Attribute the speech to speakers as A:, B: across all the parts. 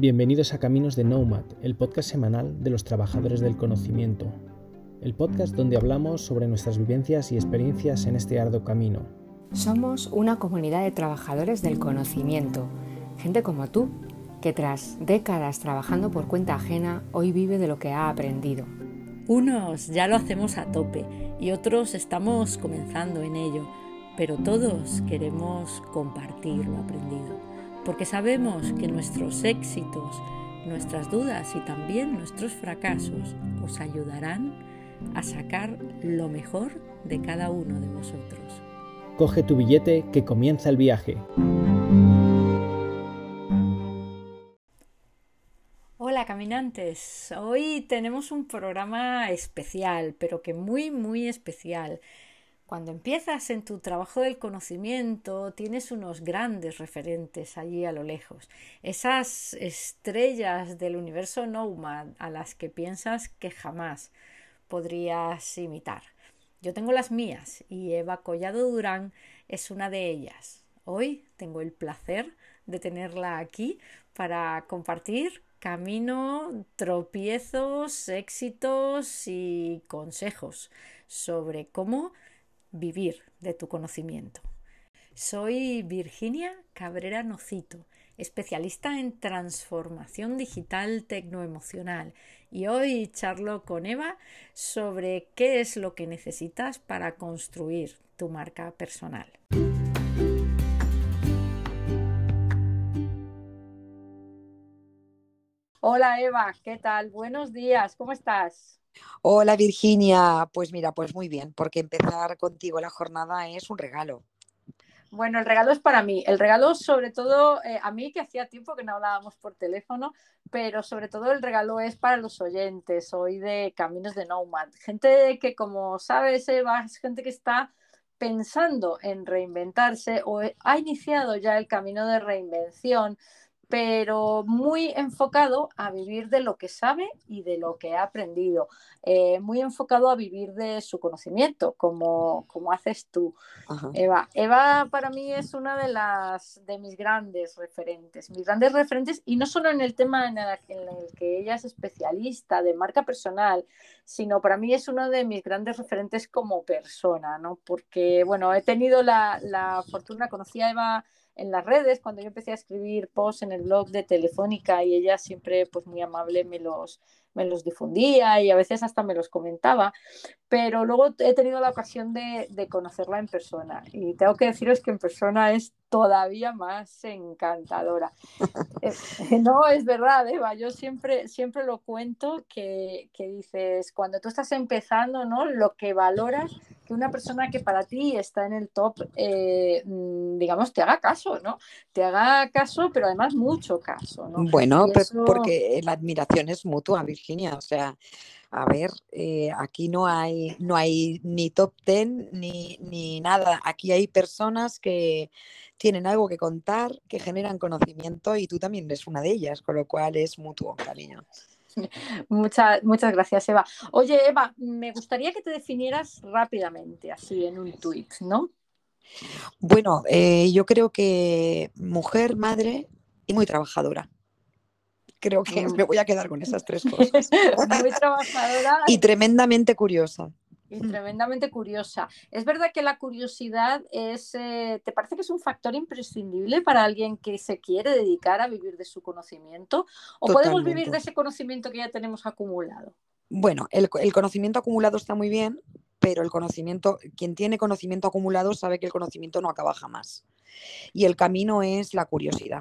A: Bienvenidos a Caminos de Nomad, el podcast semanal de los trabajadores del conocimiento. El podcast donde hablamos sobre nuestras vivencias y experiencias en este arduo camino.
B: Somos una comunidad de trabajadores del conocimiento, gente como tú, que tras décadas trabajando por cuenta ajena, hoy vive de lo que ha aprendido.
C: Unos ya lo hacemos a tope y otros estamos comenzando en ello, pero todos queremos compartir lo aprendido. Porque sabemos que nuestros éxitos, nuestras dudas y también nuestros fracasos os ayudarán a sacar lo mejor de cada uno de vosotros.
A: Coge tu billete que comienza el viaje.
C: Hola caminantes, hoy tenemos un programa especial, pero que muy especial. Cuando empiezas en tu trabajo del conocimiento, tienes unos grandes referentes allí a lo lejos. Esas estrellas del universo Nomad a las que piensas que jamás podrías imitar. Yo tengo las mías y Eva Collado Durán es una de ellas. Hoy tengo el placer de tenerla aquí para compartir camino, tropiezos, éxitos y consejos sobre cómo vivir de tu conocimiento. Soy Virginia Cabrera Nocito, especialista en transformación digital tecnoemocional, y hoy charlo con Eva sobre qué es lo que necesitas para construir tu marca personal. Hola Eva, ¿qué tal? Buenos días, ¿cómo estás?
D: Hola Virginia, pues mira, pues muy bien, porque empezar contigo la jornada es un regalo.
C: Bueno, el regalo es para mí. El regalo sobre todo, a mí que hacía tiempo que no hablábamos por teléfono, pero sobre todo el regalo es para los oyentes hoy de Caminos de Nomad. Gente que, como sabes, Eva, es gente que está pensando en reinventarse o ha iniciado ya el camino de reinvención, pero muy enfocado a vivir de lo que sabe y de lo que ha aprendido, muy enfocado a vivir de su conocimiento, como haces tú.
D: Ajá.
C: Eva para mí es una de mis grandes referentes, y no solo en el tema en el que ella es especialista de marca personal, sino para mí es uno de mis grandes referentes como persona, ¿no? Porque, bueno, he tenido la fortuna, conocí a Eva en las redes cuando yo empecé a escribir posts en el blog de Telefónica, y ella siempre, pues muy amable, me los difundía y a veces hasta me los comentaba, pero luego he tenido la ocasión de conocerla en persona, y tengo que deciros que en persona es todavía más encantadora. No, es verdad, Eva, yo siempre lo cuento que dices, cuando tú estás empezando, ¿no? Lo que valoras que una persona que para ti está en el top, digamos, te haga caso, ¿no? Te haga caso, pero además mucho caso, ¿no?
D: Bueno,
C: Y eso...
D: porque la admiración es mutua, Virginia. O sea, a ver, aquí no hay ni top ten ni nada. Aquí hay personas que tienen algo que contar, que generan conocimiento, y tú también eres una de ellas, con lo cual es mutuo, cariño.
C: Muchas gracias, Eva. Oye, Eva, me gustaría que te definieras rápidamente, así en un tuit, ¿no?
D: Bueno, yo creo que mujer, madre y muy trabajadora. Creo que me voy a quedar con esas tres cosas.
C: Muy trabajadora
D: Y tremendamente curiosa.
C: y tremendamente curiosa. Es verdad que la curiosidad ¿te parece que es un factor imprescindible para alguien que se quiere dedicar a vivir de su conocimiento? ¿O podemos vivir de ese conocimiento que ya tenemos acumulado?
D: Bueno, el conocimiento acumulado está muy bien, pero el conocimiento, quien tiene conocimiento acumulado sabe que el conocimiento no acaba jamás. Y el camino es la curiosidad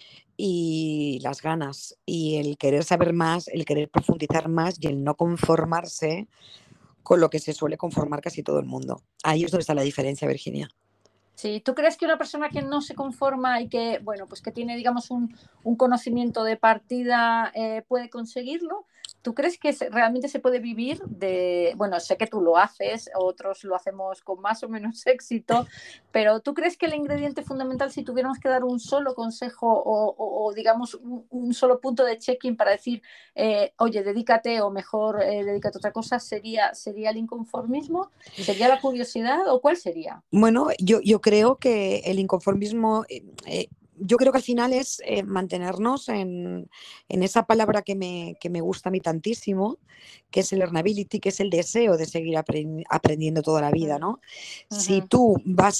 D: y las ganas y el querer saber más, el querer profundizar más y el no conformarse con lo que se suele conformar casi todo el mundo. Ahí es donde está la diferencia, Virginia.
C: Sí, ¿tú crees que una persona que no se conforma y que, bueno, pues que tiene, digamos, un conocimiento de partida, puede conseguirlo? ¿Tú crees que realmente se puede vivir de, bueno, sé que tú lo haces, otros lo hacemos con más o menos éxito, pero ¿tú crees que el ingrediente fundamental, si tuviéramos que dar un solo consejo o digamos, un solo punto de check-in para decir, oye, dedícate, o mejor, dedícate a otra cosa, sería el inconformismo? ¿Sería la curiosidad o cuál sería?
D: Bueno, yo creo que el inconformismo yo creo que al final es mantenernos en esa palabra que me gusta a mí tantísimo, que es el learnability, que es el deseo de seguir aprendiendo toda la vida, ¿no? Si
C: Ujú.
D: tú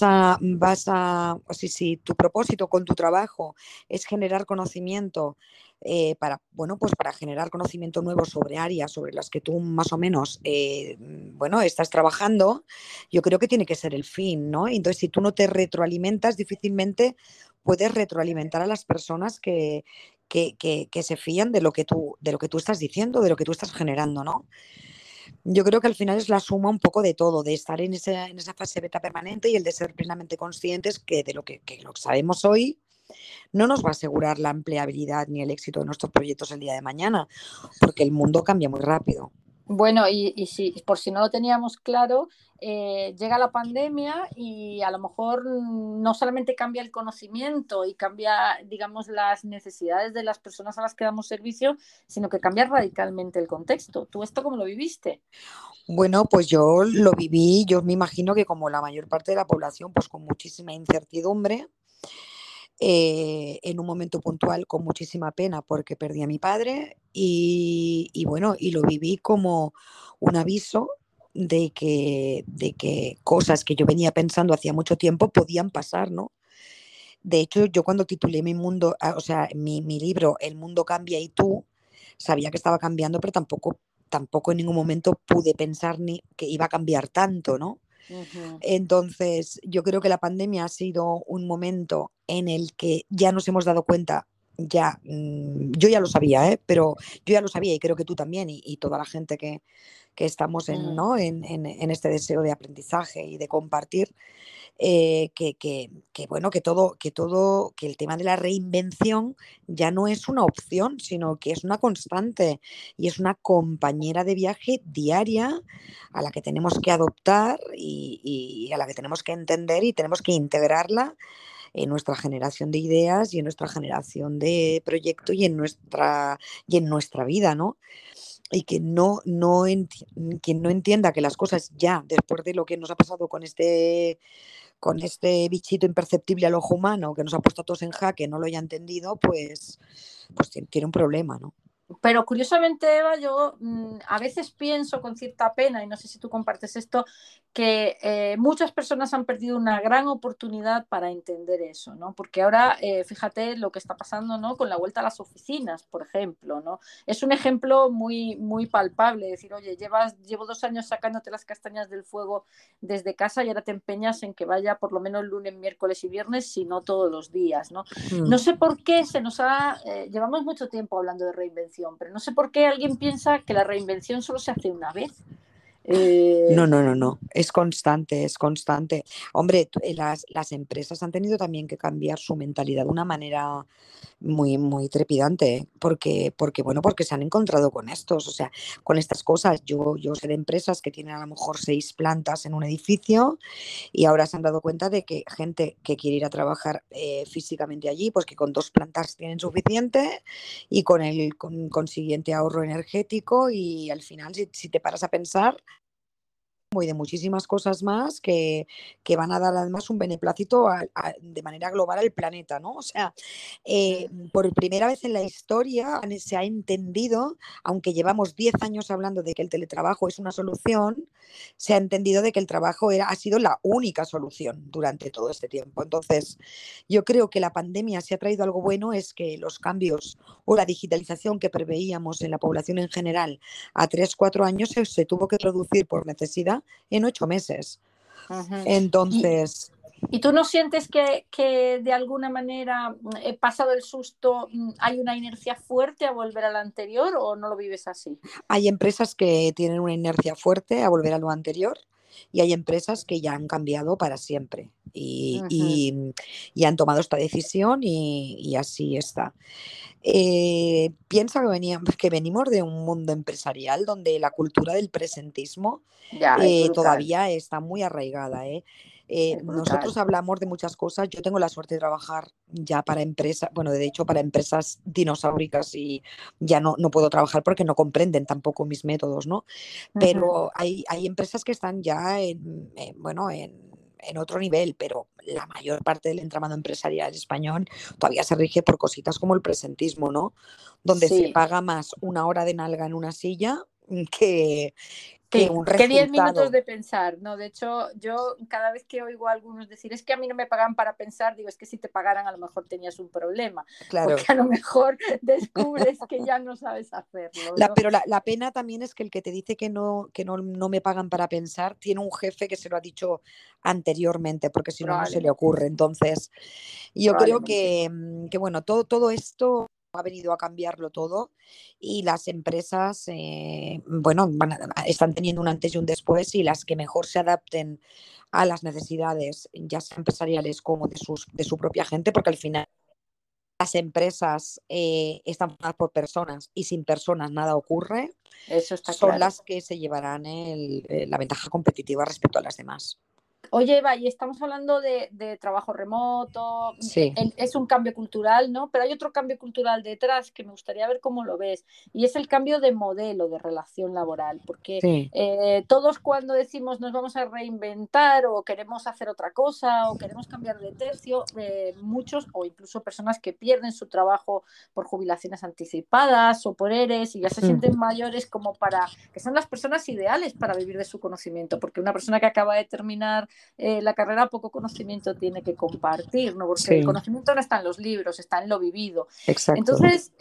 D: o si tu propósito con tu trabajo es generar conocimiento, bueno, pues para generar conocimiento nuevo sobre áreas sobre las que tú más o menos, bueno, estás trabajando, yo creo que tiene que ser el fin, ¿no? Entonces, si tú no te retroalimentas, difícilmente puedes retroalimentar a las personas que se fían de lo que tú estás diciendo, de lo que tú estás generando, ¿no? Yo creo que al final es la suma un poco de todo, de estar en esa fase beta permanente y el de ser plenamente conscientes que de que lo que sabemos hoy no nos va a asegurar la empleabilidad ni el éxito de nuestros proyectos el día de mañana, porque el mundo cambia muy rápido.
C: Bueno, y si, por si no lo teníamos claro, llega la pandemia y a lo mejor no solamente cambia el conocimiento y cambia, digamos, las necesidades de las personas a las que damos servicio, sino que cambia radicalmente el contexto. ¿Tú esto cómo lo viviste?
D: Bueno, pues yo lo viví, yo me imagino que como la mayor parte de la población, pues con muchísima incertidumbre, en un momento puntual con muchísima pena porque perdí a mi padre y bueno, y lo viví como un aviso de que cosas que yo venía pensando hacía mucho tiempo podían pasar, ¿no? De hecho, yo cuando titulé o sea, mi libro El mundo cambia y tú, sabía que estaba cambiando, pero tampoco en ningún momento pude pensar ni que iba a cambiar tanto, ¿no?
C: Ujú.
D: Entonces, yo creo que la pandemia ha sido un momento en el que ya nos hemos dado cuenta, yo ya lo sabía, pero yo ya lo sabía y creo que tú también y toda la gente que estamos
C: Mm.
D: ¿no? En este deseo de aprendizaje y de compartir, bueno, que el tema de la reinvención ya no es una opción, sino que es una constante y es una compañera de viaje diaria a la que tenemos que adoptar y a la que tenemos que entender y tenemos que integrarla en nuestra generación de ideas y en nuestra generación de proyecto y en nuestra vida, ¿no? Y que quien no entienda que las cosas ya, después de lo que nos ha pasado con este bichito imperceptible al ojo humano que nos ha puesto a todos en jaque, no lo haya entendido, pues tiene un problema, ¿no?
C: Pero curiosamente, Eva, yo a veces pienso con cierta pena, y no sé si tú compartes esto, que muchas personas han perdido una gran oportunidad para entender eso, ¿no? Porque ahora, fíjate lo que está pasando, ¿no? Con la vuelta a las oficinas, por ejemplo, ¿no? Es un ejemplo muy, muy palpable, decir, oye, llevo 2 años sacándote las castañas del fuego desde casa y ahora te empeñas en que vaya por lo menos lunes, miércoles y viernes, si no todos los días, ¿no? No
D: Mm.
C: sé por qué llevamos mucho tiempo hablando de reinvención, pero no sé por qué alguien piensa que la reinvención solo se hace una vez.
D: No,
C: Eh,
D: no, no, no. Es constante, es constante. Hombre, las empresas han tenido también que cambiar su mentalidad de una manera muy, muy trepidante, ¿eh? Bueno, porque se han encontrado con estos, o sea, con estas cosas. Yo sé de empresas que tienen a lo mejor 6 plantas en un edificio y ahora se han dado cuenta de que gente que quiere ir a trabajar físicamente allí, pues que con 2 plantas tienen suficiente y con el consiguiente ahorro energético y al final, si te paras a pensar, y de muchísimas cosas más que van a dar además un beneplácito de manera global al planeta, ¿no? O sea, por primera vez en la historia se ha entendido, aunque llevamos 10 años hablando de que el teletrabajo es una solución, se ha entendido de que el trabajo ha sido la única solución durante todo este tiempo. Entonces, yo creo que la pandemia, si ha traído algo bueno, es que los cambios o la digitalización que preveíamos en la población en general a 3, 4 años se tuvo que producir por necesidad en 8 meses.
C: uh-huh. y,
D: Entonces,
C: ¿Y tú no sientes que de alguna manera, pasado el susto, hay una inercia fuerte a volver a la anterior o no lo vives así?
D: hay empresas que tienen una inercia fuerte a volver a lo anterior y hay empresas que ya han cambiado para siempre
C: Uh-huh.
D: y han tomado esta decisión y así está. Piensa que venimos de un mundo empresarial donde la cultura del presentismo
C: Ya, es brutal,
D: todavía está muy arraigada, ¿eh?
C: es brutal.
D: Nosotros hablamos de muchas cosas. Yo tengo la suerte de trabajar ya para empresas, bueno, de hecho para empresas dinosauricas y ya no puedo trabajar porque no comprenden tampoco mis métodos, ¿no?
C: Uh-huh.
D: Pero hay empresas que están ya bueno, en otro nivel, pero la mayor parte del entramado empresarial español todavía se rige por cositas como el presentismo, ¿no? Donde se
C: Sí.
D: paga más una hora de nalga en una silla que, que
C: Sí,
D: un
C: que 10 minutos
D: resultado.
C: de pensar, ¿no? De hecho, yo cada vez que oigo a algunos decir, es que a mí no me pagan para pensar, digo, es que si te pagaran a lo mejor tenías un problema, porque
D: Claro.
C: a lo mejor descubres que ya no sabes hacerlo, ¿no?
D: Pero la pena también es que el que te dice que no me pagan para pensar tiene un jefe que se lo ha dicho anteriormente, porque si no, no se le
C: Probablemente,
D: ocurre. Entonces, yo creo
C: probablemente.
D: que bueno, todo esto ha venido a cambiarlo todo y las empresas, bueno, están teniendo un antes y un después, y las que mejor se adapten a las necesidades, ya sea empresariales como de su propia gente, porque al final las empresas están formadas por personas y sin personas nada ocurre,
C: Eso está
D: son
C: claro.
D: las que se llevarán la ventaja competitiva respecto a las demás.
C: Oye, Eva, y estamos hablando de trabajo remoto,
D: Sí,
C: es un cambio cultural, ¿no? Pero hay otro cambio cultural detrás que me gustaría ver cómo lo ves, y es el cambio de modelo de relación laboral, porque
D: sí.
C: todos cuando decimos nos vamos a reinventar o queremos hacer otra cosa o queremos cambiar de tercio, muchos o incluso personas que pierden su trabajo por jubilaciones anticipadas o por ERES y ya se sienten mayores como para, que son las personas ideales para vivir de su conocimiento, porque una persona que acaba de terminar la carrera poco conocimiento tiene que compartir, ¿no? Porque el
D: Sí,
C: conocimiento no está en los libros, está en lo vivido.
D: exacto.
C: Entonces,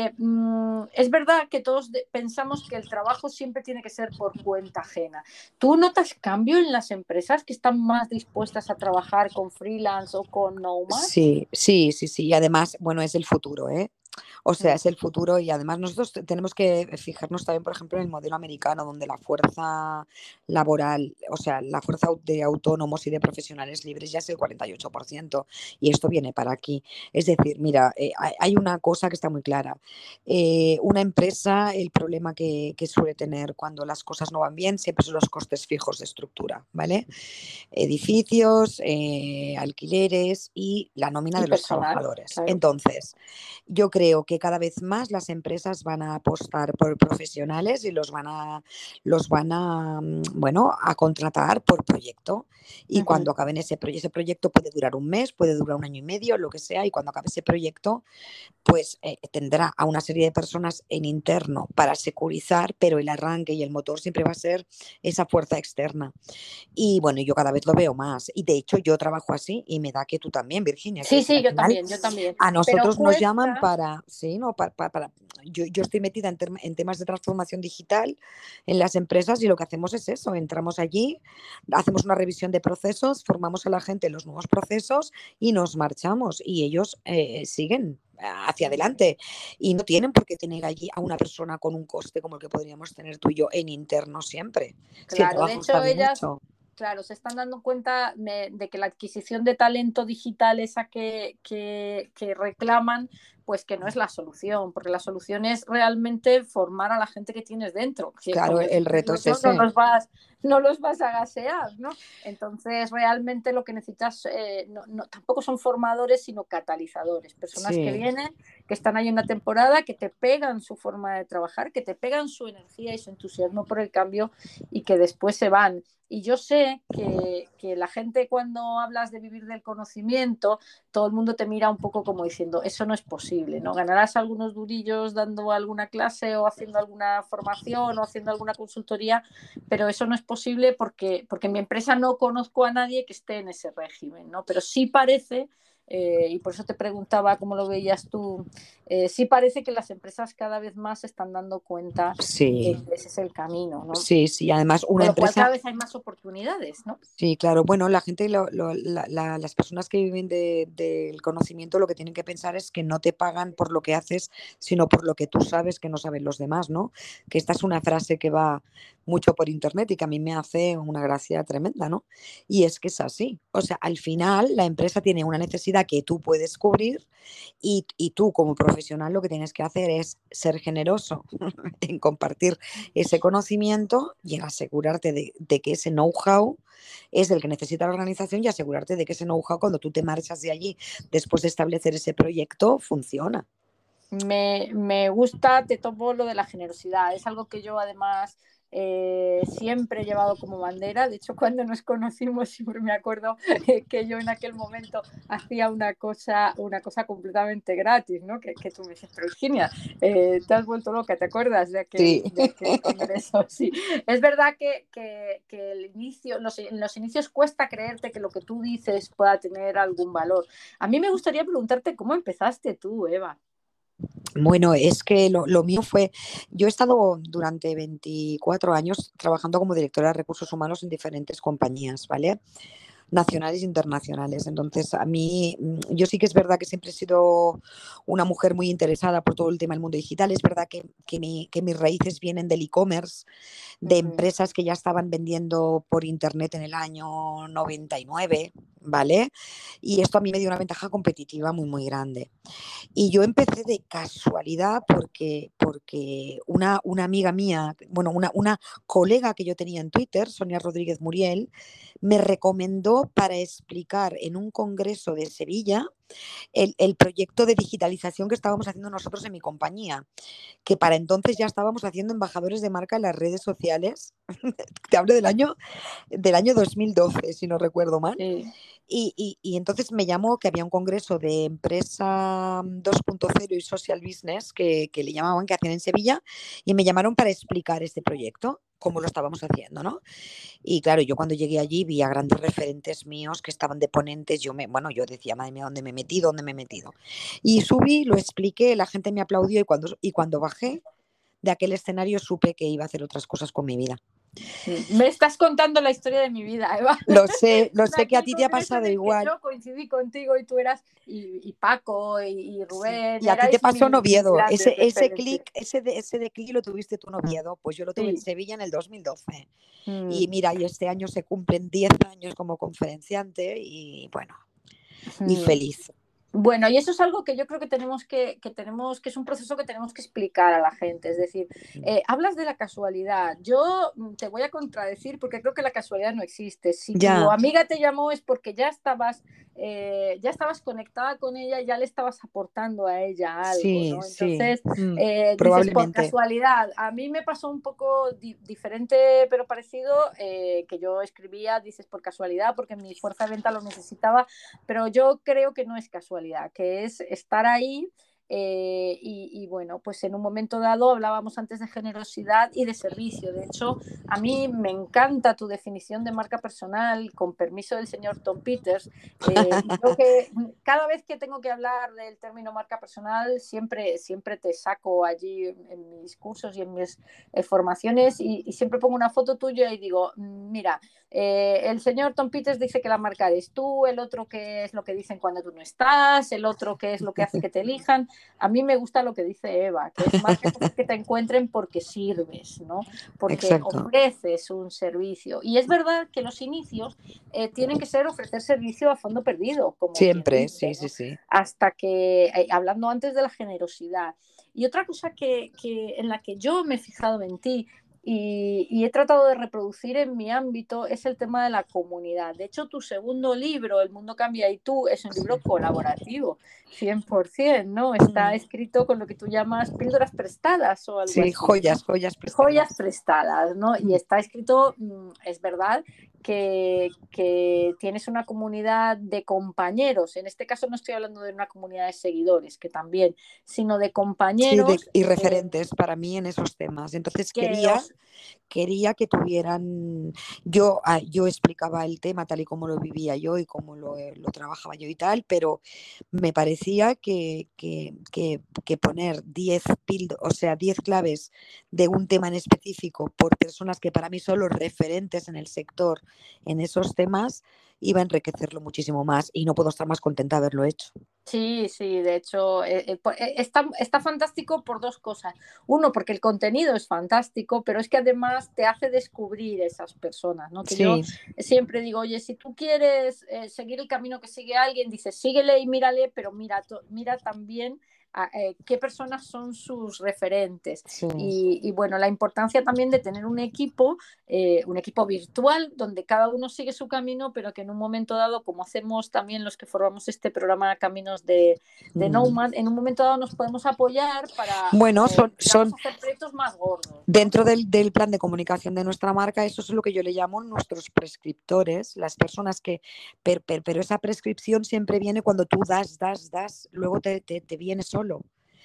C: es verdad que todos pensamos que el trabajo siempre tiene que ser por cuenta ajena. ¿Tú notas cambio en las empresas que están más dispuestas a trabajar con freelance o con nomads?
D: Sí, sí, sí, sí. Y además, bueno, es el futuro, ¿eh? O sea,
C: Mm.
D: es el futuro, y además nosotros tenemos que fijarnos también, por ejemplo, en el modelo americano, donde la fuerza laboral, o sea, la fuerza de autónomos y de profesionales libres ya es el 48%, y esto viene para aquí. Es decir, mira, hay una cosa que está muy clara. Una empresa, el problema que suele tener cuando las cosas no van bien siempre son los costes fijos de estructura, ¿vale? Edificios, alquileres y la nómina
C: Y
D: de los
C: personal,
D: trabajadores.
C: claro.
D: Entonces, yo creo que cada vez más las empresas van a apostar por profesionales y bueno, a contratar por proyecto. Y
C: Uh-huh.
D: cuando acaben ese proyecto puede durar un mes, puede durar un año y medio, lo que sea, y cuando acabe ese proyecto, pues tendrá a una serie de personas en interno para securizar, pero el arranque y el motor siempre va a ser esa fuerza externa. Y bueno, yo cada vez lo veo más. Y de hecho yo trabajo así, y me da que tú también, Virginia,
C: Sí,
D: que
C: sí,
D: al final
C: yo también.
D: a
C: Pero
D: nosotros nos llaman
C: cuesta.
D: para, sí, no, yo estoy metida en temas de transformación digital en las empresas, y lo que hacemos es eso, entramos allí, hacemos una revisión de procesos, formamos a la gente en los nuevos procesos y nos marchamos, y ellos siguen hacia adelante, y no tienen por qué tener allí a una persona con un coste como el que podríamos tener tú y yo en interno siempre, si el
C: Claro, de
D: trabajo está
C: hecho
D: bien
C: ellas,
D: hecho.
C: claro, se están dando cuenta de que la adquisición de talento digital, esa que reclaman, pues que no es la solución, porque la solución es realmente formar a la gente que tienes dentro, que
D: Claro,
C: como
D: el
C: siempre
D: reto
C: digo
D: es
C: yo,
D: ese.
C: no los vas a gasear, ¿no? Entonces, realmente lo que necesitas tampoco son formadores, sino catalizadores, personas que
D: Sí,
C: vienen, que están ahí en una temporada, que te pegan su forma de trabajar, que te pegan su energía y su entusiasmo por el cambio y que después se van. Y yo sé que la gente cuando hablas de vivir del conocimiento, todo el mundo te mira un poco como diciendo, eso no es posible, ¿no? Ganarás algunos durillos dando alguna clase o haciendo alguna formación o haciendo alguna consultoría, pero eso no es posible porque en mi empresa no conozco a nadie que esté en ese régimen, ¿no? Pero sí parece, y por eso te preguntaba cómo lo veías tú, sí parece que las empresas cada vez más se están dando cuenta de
D: sí,
C: que ese es el camino, ¿no?
D: sí, sí. Además, una
C: Con lo cual
D: empresa.
C: cada vez hay más oportunidades, ¿no?
D: Sí, claro. Bueno, la gente, las personas que viven del conocimiento, lo que tienen que pensar es que no te pagan por lo que haces, sino por lo que tú sabes que no saben los demás, ¿no? Que esta es una frase que va mucho por internet y que a mí me hace una gracia tremenda, ¿no? Y es que es así. O sea, al final la empresa tiene una necesidad que tú puedes cubrir, y tú como profesional lo que tienes que hacer es ser generoso en compartir ese conocimiento y en asegurarte de que ese know-how es el que necesita la organización, y asegurarte de que ese know-how, cuando tú te marchas de allí después de establecer ese proyecto, funciona.
C: Me gusta, te tomo lo de la generosidad. Es algo que yo además siempre he llevado como bandera. De hecho, cuando nos conocimos siempre me acuerdo que yo en aquel momento hacía una cosa completamente gratis, ¿no? Que tú me dices, pero Virginia, te has vuelto loca, ¿te acuerdas
D: Sí.
C: de aquel congreso? Sí. Es verdad que el inicio, en los inicios cuesta creerte que lo que tú dices pueda tener algún valor. A mí me gustaría preguntarte cómo empezaste tú, Eva.
D: Bueno, es que lo mío fue, yo he estado durante 24 años trabajando como directora de recursos humanos en diferentes compañías, ¿vale? Nacionales e internacionales. Entonces, a mí, yo sí que es verdad que siempre he sido una mujer muy interesada por todo el tema del mundo digital. Es verdad que mis raíces vienen del e-commerce, de empresas que ya estaban vendiendo por internet en el año 99, ¿vale? Y esto a mí me dio una ventaja competitiva muy, muy grande. Y yo empecé de casualidad porque una amiga mía, bueno, una colega que yo tenía en Twitter, Sonia Rodríguez Muriel, me recomendó para explicar en un congreso de Sevilla el proyecto de digitalización que estábamos haciendo nosotros en mi compañía, que para entonces ya estábamos haciendo embajadores de marca en las redes sociales. Te hablo del año 2012, si no recuerdo mal.
C: Sí.
D: Y entonces me llamó que había un congreso de empresa 2.0 y social business que le llamaban, que hacían en Sevilla, y me llamaron para explicar este proyecto, cómo lo estábamos haciendo, ¿no? Y claro, yo cuando llegué allí vi a grandes referentes míos que estaban de ponentes, yo decía, madre mía, ¿dónde me he metido? ¿Dónde me he metido? Y subí, lo expliqué, la gente me aplaudió y cuando bajé de aquel escenario supe que iba a hacer otras cosas con mi vida.
C: Me estás contando la historia de mi vida, Eva.
D: Lo sé
C: De
D: que a
C: aquel
D: ti te ha
C: congreso en
D: pasado
C: el que
D: igual.
C: yo coincidí contigo y tú eras, y Paco y
D: Sí.
C: Rubén,
D: Y a ti te
C: erais
D: pasó en
C: mis
D: Oviedo.
C: grandes
D: Ese
C: referentes.
D: clic, ese de clic lo tuviste tú en Oviedo. Pues yo lo tuve en
C: Sí.
D: Sevilla en el 2012. Y mira, y este año se cumplen 10 años como conferenciante y bueno, y feliz.
C: Bueno, y eso es algo que yo creo que que es un proceso que tenemos que explicar a la gente. Es decir, hablas de la casualidad. Yo te voy a contradecir porque creo que la casualidad no existe. Si tu
D: Ya,
C: amiga te llamó es porque ya estabas conectada con ella, ya le estabas aportando a ella algo,
D: sí,
C: ¿no?
D: sí,
C: Entonces, dices por
D: probablemente.
C: casualidad. A mí me pasó un poco diferente, pero parecido, que yo escribía, dices por casualidad, porque mi fuerza de venta lo necesitaba, pero yo creo que no es casualidad, que es estar ahí. Y bueno, pues en un momento dado hablábamos antes de generosidad y de servicio. De hecho, a mí me encanta tu definición de marca personal, con permiso del señor Tom Peters. Creo que cada vez que tengo que hablar del término marca personal, siempre te saco allí en mis cursos y en mis formaciones y siempre pongo una foto tuya y digo, mira, el señor Tom Peters dice que la marca eres tú, el otro que es lo que dicen cuando tú no estás, el otro que es lo que hace que te elijan. A mí me gusta lo que dice Eva, que es marca que te encuentren porque sirves, ¿no? Porque
D: Exacto.
C: ofreces un servicio. Y es verdad que los inicios tienen que ser ofrecer servicio a fondo perdido, como quien
D: Siempre,
C: dice,
D: sí, sí,
C: ¿no?
D: sí.
C: Hasta que, hablando antes de la generosidad. Y otra cosa en la que yo me he fijado en ti y he tratado de reproducir en mi ámbito es el tema de la comunidad. De hecho, tu segundo libro, El mundo cambia y tú, es un libro colaborativo, 100%, ¿no? Está escrito con lo que tú llamas píldoras prestadas o algo
D: Sí,
C: así, ¿no?
D: joyas
C: Joyas
D: prestadas.
C: prestadas, ¿no? Y está escrito, es verdad, que tienes una comunidad de compañeros. En este caso no estoy hablando de una comunidad de seguidores, que también, sino de
D: Sí,
C: compañeros
D: y referentes para mí en esos temas. Entonces
C: que os...
D: quería que tuvieran, yo explicaba el tema tal y como lo vivía yo y cómo lo trabajaba yo y tal, pero me parecía que poner 10 claves de un tema en específico por personas que para mí son los referentes en el sector en esos temas, iba a enriquecerlo muchísimo más y no puedo estar más contenta de haberlo hecho.
C: Sí, sí, de hecho está fantástico por dos cosas. Uno, porque el contenido es fantástico, pero es que además te hace descubrir esas personas, ¿no? Que yo
D: Sí,
C: siempre digo, oye, si tú quieres seguir el camino que sigue alguien, dices, síguele y mírale, pero mira también qué personas son sus referentes.
D: Sí.
C: Y bueno, la importancia también de tener un equipo virtual donde cada uno sigue su camino, pero que en un momento dado, como hacemos también los que formamos este programa Caminos de Nomad, en un momento dado nos podemos apoyar para
D: Bueno,
C: digamos, hacer proyectos más gordos, ¿no?
D: Dentro del plan de comunicación de nuestra marca, eso es lo que yo le llamo nuestros prescriptores, las personas que, pero esa prescripción siempre viene cuando tú das, luego te viene solo.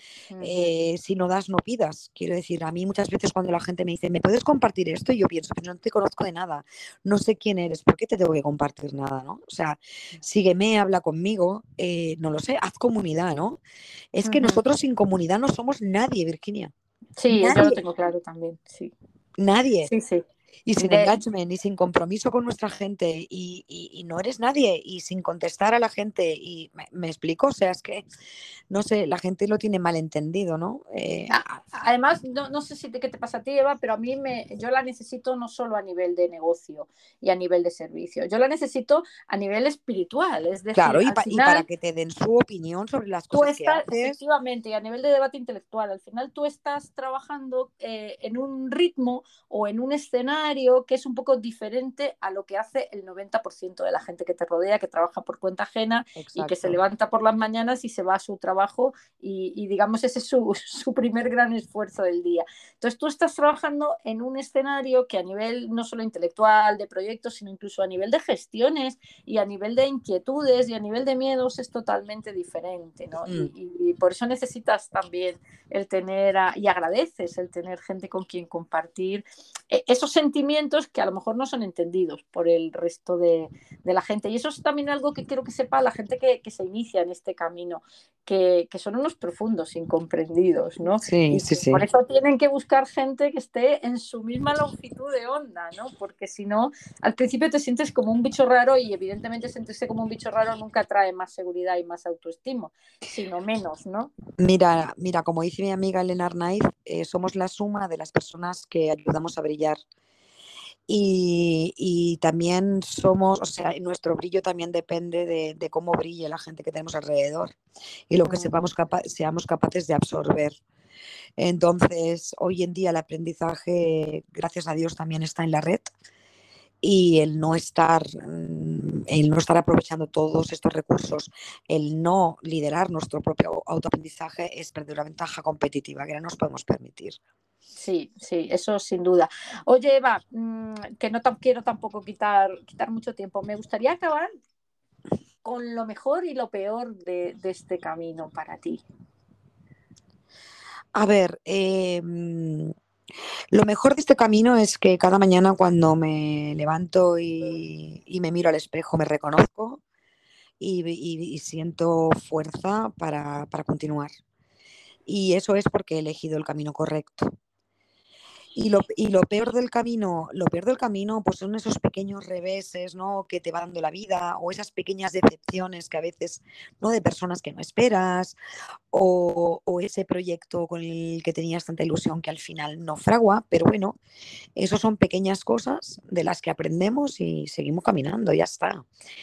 D: Si no das, no pidas. Quiero decir, a mí muchas veces cuando la gente me dice, ¿me puedes compartir esto? Y yo pienso, pero no te conozco de nada, no sé quién eres, ¿por qué te tengo que compartir nada? ¿No? O sea, sígueme, habla conmigo, no lo sé, haz comunidad, ¿no? Es que nosotros sin comunidad no somos nadie, Virginia.
C: Sí,
D: nadie.
C: yo lo tengo claro también, sí.
D: Nadie.
C: Sí, sí.
D: Y sin engagement y sin compromiso con nuestra gente y no eres nadie y sin contestar a la gente y me explico, o sea, es que no sé, la gente lo tiene mal entendido, ¿no?
C: Además, no sé si qué te pasa a ti, Eva, pero a mí yo la necesito no solo a nivel de negocio y a nivel de servicio, yo la necesito a nivel espiritual, es decir,
D: claro,
C: al final,
D: y para que te den su opinión sobre las cosas que haces.
C: Efectivamente, y a nivel de debate intelectual, al final tú estás trabajando en un ritmo o en un escenario que es un poco diferente a lo que hace el 90% de la gente que te rodea, que trabaja por cuenta ajena. Exacto. Y que se levanta por las mañanas y se va a su trabajo y digamos ese es su primer gran esfuerzo del día. Entonces tú estás trabajando en un escenario que a nivel no solo intelectual, de proyectos, sino incluso a nivel de gestiones y a nivel de inquietudes y a nivel de miedos es totalmente diferente, ¿no? Y por eso necesitas también el tener, y agradeces el tener gente con quien compartir esos sentimientos que a lo mejor no son entendidos por el resto de la gente. Y eso es también algo que quiero que sepa la gente que se inicia en este camino, que son unos profundos incomprendidos, ¿no?
D: Sí,
C: y
D: sí.
C: Por eso tienen que buscar gente que esté en su misma longitud de onda, ¿no? Porque si no, al principio te sientes como un bicho raro y evidentemente sentirse como un bicho raro nunca trae más seguridad y más autoestima, sino menos, ¿no?
D: Mira, como dice mi amiga Elena Arnaiz, somos la suma de las personas que ayudamos a brillar. Y también somos, o sea, nuestro brillo también depende de cómo brille la gente que tenemos alrededor y lo que seamos capaces de absorber. Entonces, hoy en día el aprendizaje, gracias a Dios, también está en la red y el no estar aprovechando todos estos recursos, el no liderar nuestro propio autoaprendizaje es perder una ventaja competitiva que no nos podemos permitir.
C: Sí, eso sin duda. Oye, Eva, que no quiero tampoco quitar mucho tiempo. Me gustaría acabar con lo mejor y lo peor de este camino para ti.
D: A ver, lo mejor de este camino es que cada mañana cuando me levanto y me miro al espejo me reconozco y siento fuerza para continuar. Y eso es porque he elegido el camino correcto. Y lo peor del camino, pues son esos pequeños reveses, ¿no? Que te va dando la vida, o esas pequeñas decepciones que a veces, ¿no? De personas que no esperas, o ese proyecto con el que tenías tanta ilusión que al final no fragua, pero bueno, eso son pequeñas cosas de las que aprendemos y seguimos caminando, ya está.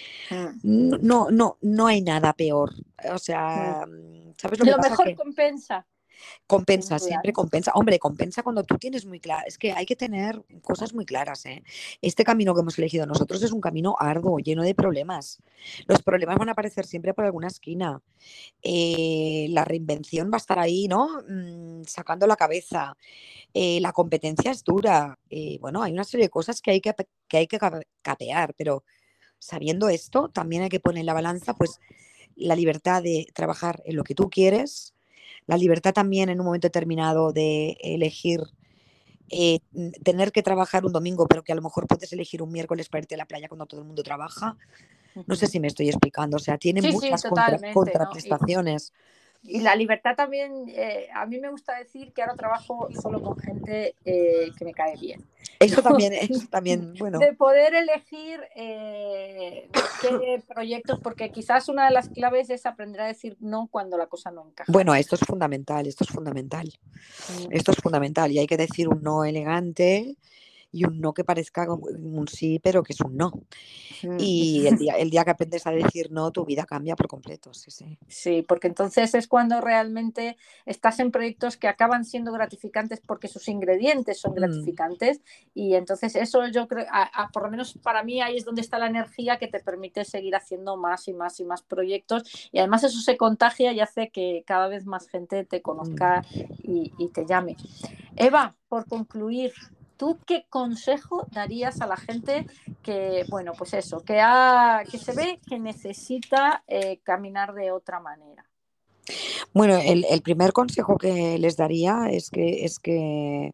D: No hay nada peor. O sea, ¿sabes lo que pasa?
C: Lo mejor compensa.
D: Compensa, siempre compensa. Hombre, compensa cuando tú tienes muy claro. Es que hay que tener cosas muy claras, ¿eh? Este camino que hemos elegido nosotros es un camino arduo, lleno de problemas. Los problemas van a aparecer siempre por alguna esquina. La reinvención va a estar ahí, ¿no? Sacando la cabeza. La competencia es dura. Bueno, hay una serie de cosas que hay que capear, pero sabiendo esto, también hay que poner en la balanza, pues, la libertad de trabajar en lo que tú quieres. La libertad también en un momento determinado de elegir tener que trabajar un domingo, pero que a lo mejor puedes elegir un miércoles para irte a la playa cuando todo el mundo trabaja. No sé si me estoy explicando. O sea, tiene muchas contraprestaciones.
C: ¿No? Y la libertad también, a mí me gusta decir que ahora trabajo solo con gente que me cae bien.
D: Eso también, bueno.
C: De poder elegir qué proyectos, porque quizás una de las claves es aprender a decir no cuando la cosa no encaja.
D: Bueno, esto es fundamental. Esto es fundamental y hay que decir un no elegante y un no que parezca como un sí, pero que es un no.
C: Mm.
D: Y el día que aprendes a decir no, tu vida cambia por completo. Sí, sí.
C: Sí, porque entonces es cuando realmente estás en proyectos que acaban siendo gratificantes porque sus ingredientes son gratificantes y entonces eso yo creo, por lo menos para mí ahí es donde está la energía que te permite seguir haciendo más y más y más proyectos y además eso se contagia y hace que cada vez más gente te conozca y te llame. Eva, por concluir, ¿tú qué consejo darías a la gente que, bueno, pues eso, que se ve que necesita caminar de otra manera?
D: Bueno, el primer consejo que les daría es que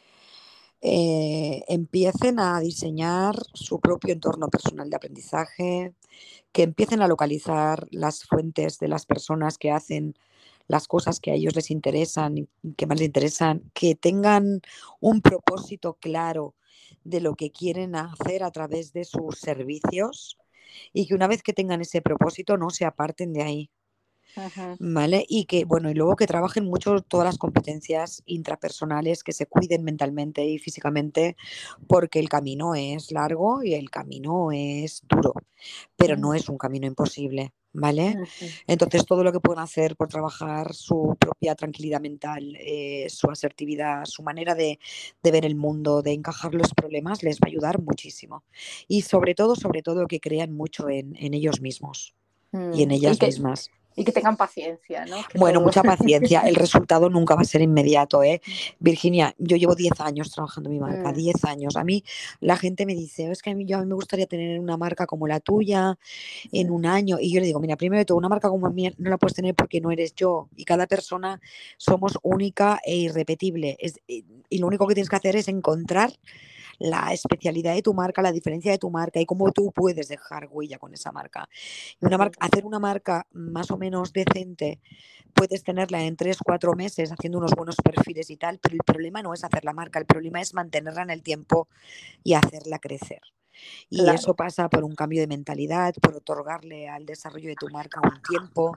D: empiecen a diseñar su propio entorno personal de aprendizaje, que empiecen a localizar las fuentes de las personas que hacen las cosas que a ellos les interesan y que más les interesan, que tengan un propósito claro de lo que quieren hacer a través de sus servicios y que una vez que tengan ese propósito no se aparten de ahí.
C: Ujú.
D: ¿Vale? Y que, bueno, y luego que trabajen mucho todas las competencias intrapersonales, que se cuiden mentalmente y físicamente, porque el camino es largo y el camino es duro, pero no es un camino imposible, ¿vale?
C: Ujú.
D: Entonces, todo lo que puedan hacer por trabajar su propia tranquilidad mental, su asertividad, su manera de ver el mundo, de encajar los problemas, les va a ayudar muchísimo. Y sobre todo, que crean mucho en ellos mismos y en
C: Y
D: ellas mismas.
C: que tengan paciencia, ¿no? Que
D: Bueno,
C: todo.
D: mucha paciencia. El resultado nunca va a ser inmediato, ¿eh? Virginia, yo llevo 10 años trabajando mi marca, 10 años. A mí la gente me dice, es que a mí me gustaría tener una marca como la tuya en un año. Y yo le digo, mira, primero de todo, una marca como la mía no la puedes tener porque no eres yo. Y cada persona somos única e irrepetible. Y lo único que tienes que hacer es encontrar la especialidad de tu marca, la diferencia de tu marca y cómo tú puedes dejar huella con esa marca. Y hacer una marca más o menos decente, puedes tenerla en 3 o 4 meses haciendo unos buenos perfiles y tal, pero el problema no es hacer la marca, el problema es mantenerla en el tiempo y hacerla crecer. Y eso
C: Claro.
D: pasa por un cambio de mentalidad, por otorgarle al desarrollo de tu marca un tiempo,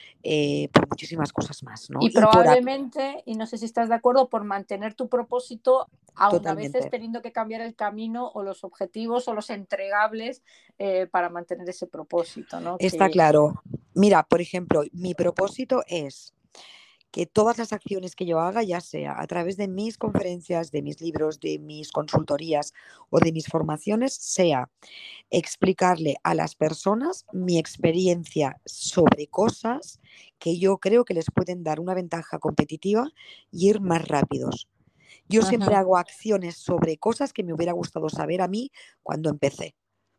D: por muchísimas cosas más, ¿no?
C: Y probablemente, y no sé si estás de acuerdo, por mantener tu propósito, aun a veces
D: Totalmente.
C: teniendo que cambiar el camino o los objetivos o los entregables para mantener ese propósito, ¿no?
D: Está claro. Mira, por ejemplo, mi propósito es que todas las acciones que yo haga, ya sea a través de mis conferencias, de mis libros, de mis consultorías o de mis formaciones, sea explicarle a las personas mi experiencia sobre cosas que yo creo que les pueden dar una ventaja competitiva y ir más rápidos. Yo siempre
C: Ujú.
D: hago acciones sobre cosas que me hubiera gustado saber a mí cuando empecé.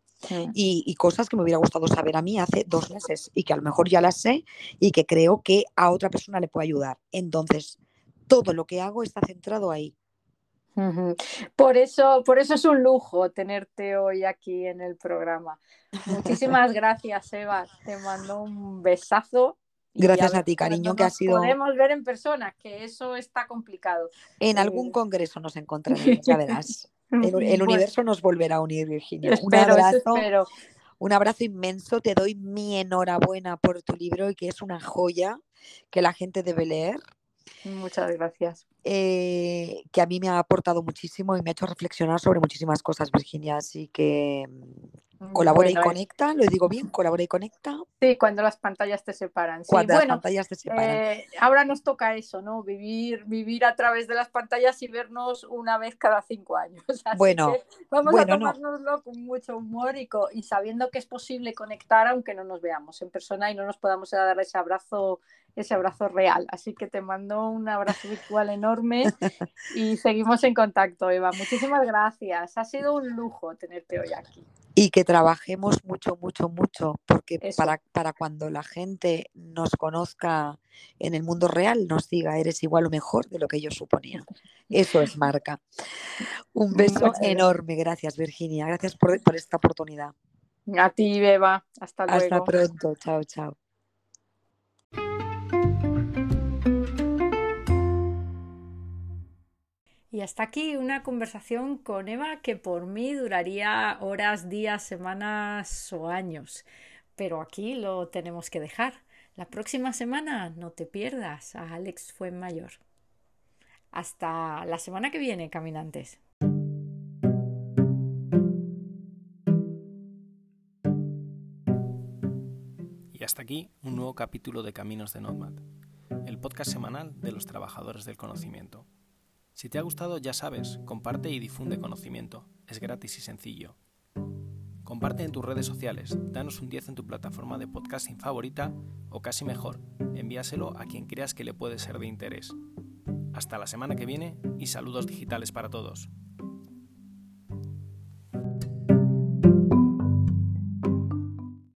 D: Y cosas que me hubiera gustado saber a mí hace 2 meses y que a lo mejor ya las sé y que creo que a otra persona le puede ayudar. Entonces, todo lo que hago está centrado ahí.
C: Ujú. Por eso es un lujo tenerte hoy aquí en el programa. Muchísimas gracias, Eva. Te mando un besazo y a
D: Gracias
C: ver
D: a ti,
C: cuándo
D: cariño, que ha
C: nos
D: sido
C: podemos ver en persona, que eso está complicado.
D: en algún
C: Eh,
D: congreso nos encontraremos, ya verás. El
C: bueno,
D: universo nos volverá a unir, Virginia.
C: eso espero.
D: Un abrazo inmenso. Te doy mi enhorabuena por tu libro y que es una joya que la gente debe leer.
C: Muchas gracias.
D: Que a mí me ha aportado muchísimo y me ha hecho reflexionar sobre muchísimas cosas, Virginia. Así que colabora y
C: Bueno,
D: conecta, lo digo bien, colabora y conecta
C: sí, cuando las pantallas te separan. Sí,
D: cuando las
C: bueno,
D: pantallas te separan.
C: ahora nos toca eso, ¿no? Vivir a través de las pantallas y vernos una vez cada 5 años. Así
D: Bueno,
C: que vamos a
D: bueno, no.
C: tomárnoslo con mucho humor y sabiendo que es posible conectar aunque no nos veamos en persona y no nos podamos dar ese abrazo real. Así que te mando un abrazo virtual enorme y seguimos en contacto, Eva. Muchísimas gracias. Ha sido un lujo tenerte hoy aquí.
D: Y que trabajemos mucho, mucho, mucho, porque
C: Eso.
D: para cuando la gente nos conozca en el mundo real, nos diga, eres igual o mejor de lo que yo suponía. Eso es marca. Un beso
C: Muchas gracias.
D: enorme. Gracias, Virginia. Gracias por esta oportunidad.
C: A ti, Beba. Hasta
D: Hasta
C: luego.
D: pronto. Chao, chao.
C: Y hasta aquí una conversación con Eva que por mí duraría horas, días, semanas o años. Pero aquí lo tenemos que dejar. La próxima semana no te pierdas a Alex Fuenmayor. Hasta la semana que viene, caminantes.
A: Y hasta aquí un nuevo capítulo de Caminos de Nomad, el podcast semanal de los trabajadores del conocimiento. Si te ha gustado, ya sabes, comparte y difunde conocimiento. Es gratis y sencillo. Comparte en tus redes sociales, danos un 10 en tu plataforma de podcasting favorita o casi mejor, envíaselo a quien creas que le puede ser de interés. Hasta la semana que viene y saludos digitales para todos.